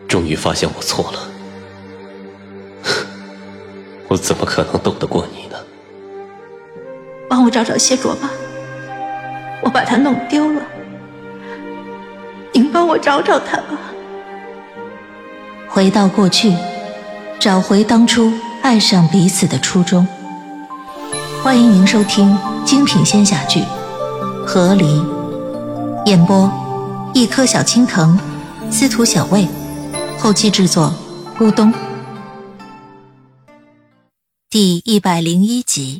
终于发现我错了。我怎么可能斗得过你呢？ 帮我找找谢卓吧，我把他弄丢了，您帮我找找他吧。 回到过去，找回当初爱上彼此的初衷。欢迎您收听精品仙侠剧《和离》，演播一颗小青藤，司徒小卫，后期制作咕咚。第101集。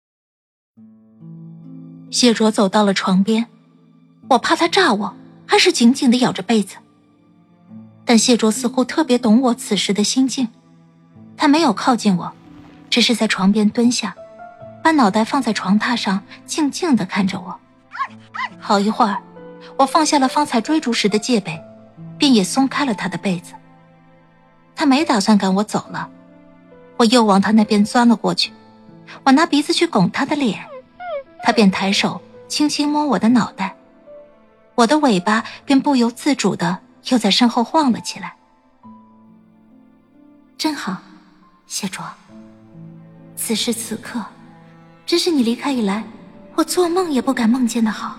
谢卓走到了床边，我怕他炸我，还是紧紧地咬着被子。但谢卓似乎特别懂我此时的心境，他没有靠近我，只是在床边蹲下，把脑袋放在床榻上，静静地看着我。好一会儿，我放下了方才追逐时的戒备，便也松开了他的被子。他没打算赶我走了，我又往他那边钻了过去，我拿鼻子去拱他的脸，他便抬手轻轻摸我的脑袋，我的尾巴便不由自主地又在身后晃了起来。真好，谢卓，此时此刻，真是你离开以来，我做梦也不敢梦见的好。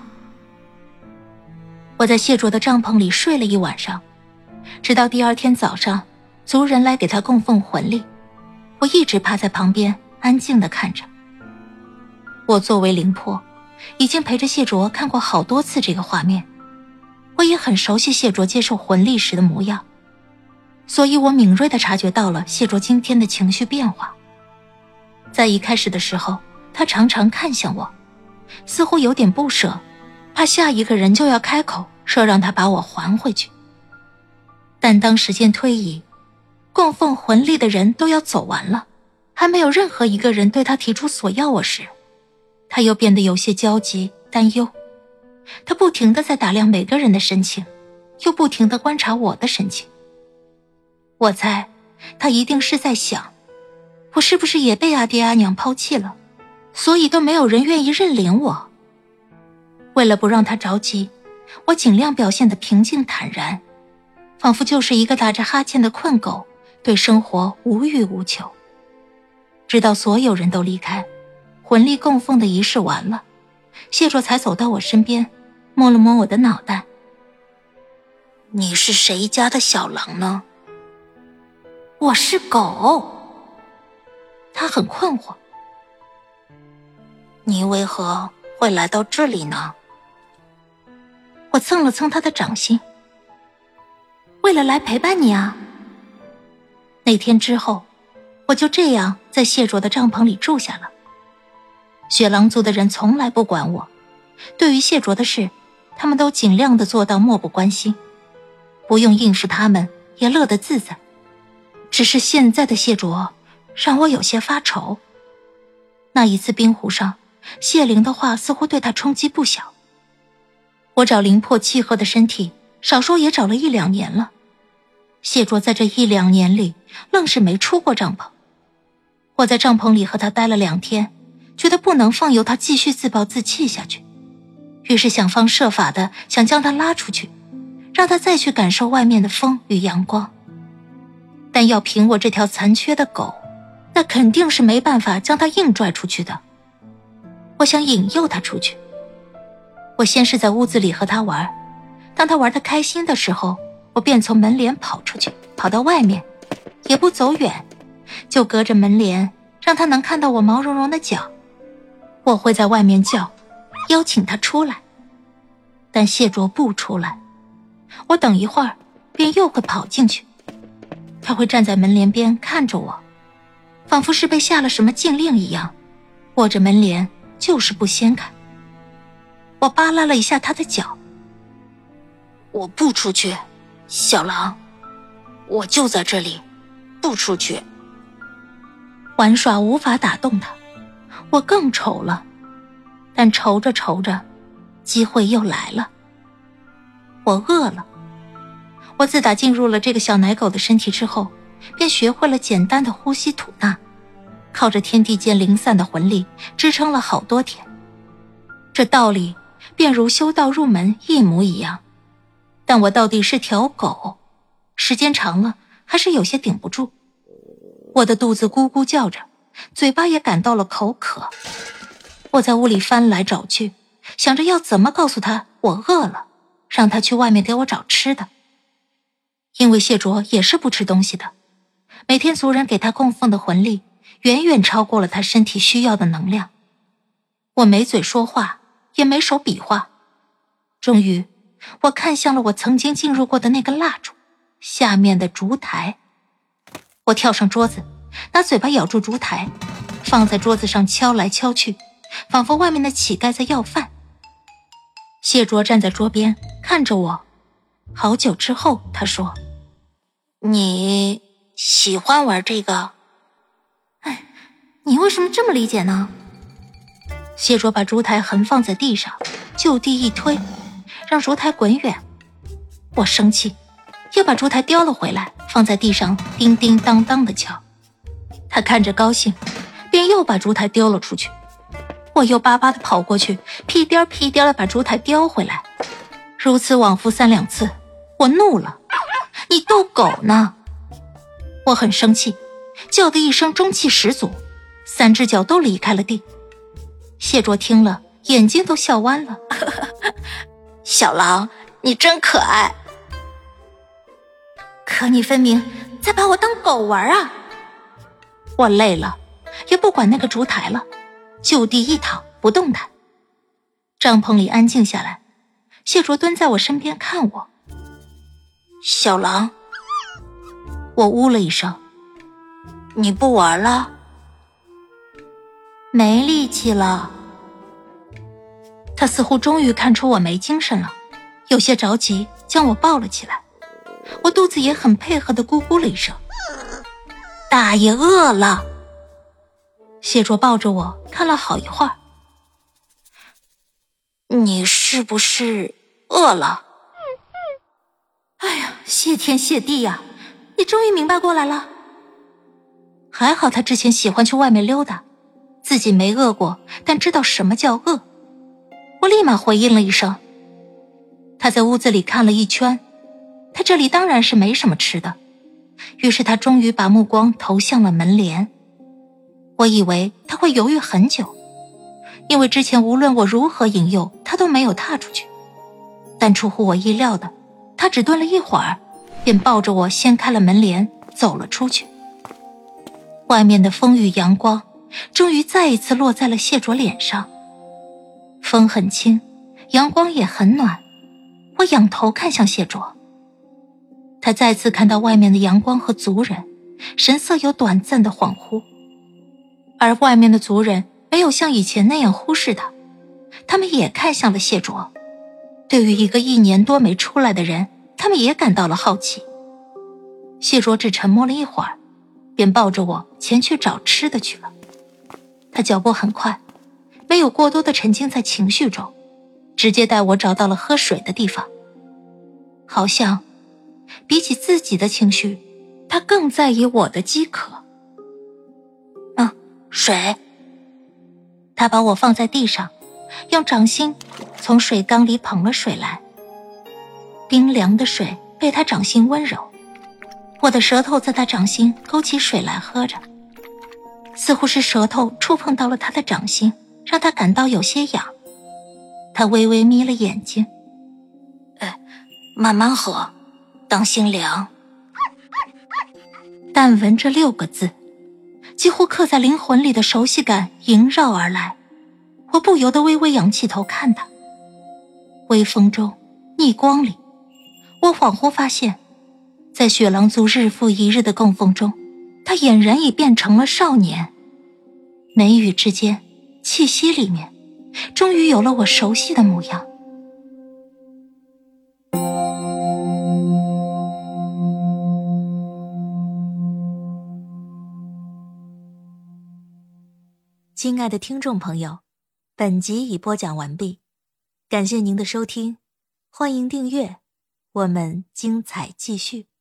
我在谢卓的帐篷里睡了一晚上，直到第二天早上，族人来给他供奉魂力，我一直趴在旁边安静地看着。我作为灵魄，已经陪着谢卓看过好多次这个画面，我也很熟悉谢卓接受魂力时的模样，所以我敏锐地察觉到了谢卓今天的情绪变化。在一开始的时候，他常常看向我，似乎有点不舍，怕下一个人就要开口说让他把我还回去。但当时间推移，供奉魂力的人都要走完了，还没有任何一个人对他提出索要我时，他又变得有些焦急担忧。他不停地在打量每个人的神情，又不停地观察我的神情。我猜他一定是在想，我是不是也被阿爹阿娘抛弃了，所以都没有人愿意认领我。为了不让他着急，我尽量表现得平静坦然，仿佛就是一个打着哈欠的困狗，对生活无欲无求。直到所有人都离开，魂力供奉的仪式完了，谢卓才走到我身边，摸了摸我的脑袋。你是谁家的小狼呢？我是狗。他很困惑。你为何会来到这里呢？我蹭了蹭他的掌心。为了来陪伴你啊。那天之后，我就这样在谢卓的帐篷里住下了。雪狼族的人从来不管我，对于谢卓的事，他们都尽量地做到漠不关心，不用应付他们也乐得自在。只是现在的谢卓让我有些发愁。那一次冰湖上，谢灵的话似乎对他冲击不小。我找灵魄契合的身体，少说也找了1-2年了。谢卓在这1-2年里愣是没出过帐篷。我在帐篷里和他待了2天，觉得不能放由他继续自暴自弃下去，于是想方设法的想将他拉出去，让他再去感受外面的风与阳光。但要凭我这条残缺的狗，那肯定是没办法将他硬拽出去的。我想引诱他出去。我先是在屋子里和他玩，当他玩得开心的时候，我便从门帘跑出去，跑到外面，也不走远，就隔着门帘让他能看到我毛茸茸的脚。我会在外面叫，邀请他出来，但谢卓不出来。我等一会儿便又会跑进去，他会站在门帘边看着我，仿佛是被下了什么禁令一样，握着门帘就是不掀开。我扒拉了一下他的脚。我不出去，小狼，我就在这里，不出去。玩耍无法打动他，我更愁了。但愁着愁着，机会又来了。我饿了。我自打进入了这个小奶狗的身体之后，便学会了简单的呼吸吐纳，靠着天地间零散的魂力支撑了好多天。这道理便如修道入门一模一样，但我到底是条狗，是时间长了还是有些顶不住。我的肚子咕咕叫着，嘴巴也感到了口渴。我在屋里翻来找去，想着要怎么告诉他我饿了，让他去外面给我找吃的。因为谢卓也是不吃东西的，每天族人给他供奉的魂力远远超过了他身体需要的能量。我没嘴说话，也没手比划。终于，我看向了我曾经进入过的那根蜡烛下面的烛台。我跳上桌子，拿嘴巴咬住烛台，放在桌子上敲来敲去，仿佛外面的乞丐在要饭。谢卓站在桌边看着我，好久之后他说：“你喜欢玩这个？”哎，你为什么这么理解呢？谢卓把烛台横放在地上，就地一推，让烛台滚远。我生气，又把烛台叼了回来，放在地上叮叮当当的敲。他看着高兴，便又把烛台丢了出去。我又巴巴地跑过去，屁颠屁颠地把烛台叼回来。如此往复3、2次，我怒了：“你逗狗呢！”我很生气，叫的一声中气十足，3只脚都离开了地。谢卓听了，眼睛都笑弯了：“小狼，你真可爱。可你分明在把我当狗玩啊！”我累了，也不管那个烛台了，就地一躺不动弹。帐篷里安静下来，谢卓蹲在我身边看我：“小狼。”我呜了一声：“你不玩了？”“没力气了。”他似乎终于看出我没精神了，有些着急，将我抱了起来。我肚子也很配合地咕咕了一声：“大爷饿了。”谢卓抱着我看了好一会儿：“你是不是饿了？”哎呀，谢天谢地呀，你终于明白过来了。还好他之前喜欢去外面溜达，自己没饿过，但知道什么叫饿。我立马回应了一声。他在屋子里看了一圈，他这里当然是没什么吃的，于是他终于把目光投向了门帘。我以为他会犹豫很久，因为之前无论我如何引诱，他都没有踏出去。但出乎我意料的，他只蹲了一会儿，便抱着我掀开了门帘，走了出去。外面的风与阳光终于再一次落在了谢卓脸上。风很轻，阳光也很暖。我仰头看向谢卓，他再次看到外面的阳光和族人，神色有短暂的恍惚。而外面的族人没有像以前那样忽视他，他们也看向了谢卓。对于一个1年多没出来的人，他们也感到了好奇。谢卓只沉默了一会儿，便抱着我前去找吃的去了。他脚步很快，没有过多的沉浸在情绪中，直接带我找到了喝水的地方。好像比起自己的情绪，他更在意我的饥渴。水。他把我放在地上，用掌心从水缸里捧了水来。冰凉的水被他掌心温柔，我的舌头在他掌心勾起水来喝着，似乎是舌头触碰到了他的掌心，让他感到有些痒。他微微眯了眼睛：“慢慢喝，当心凉。”但闻这6个字，几乎刻在灵魂里的熟悉感萦绕而来，我不由得微微仰起头看他。微风中，逆光里，我恍惚发现，在雪狼族日复一日的供奉中，他俨然已变成了少年。眉宇之间，气息里面，终于有了我熟悉的模样。亲爱的听众朋友，本集已播讲完毕，感谢您的收听，欢迎订阅，我们精彩继续。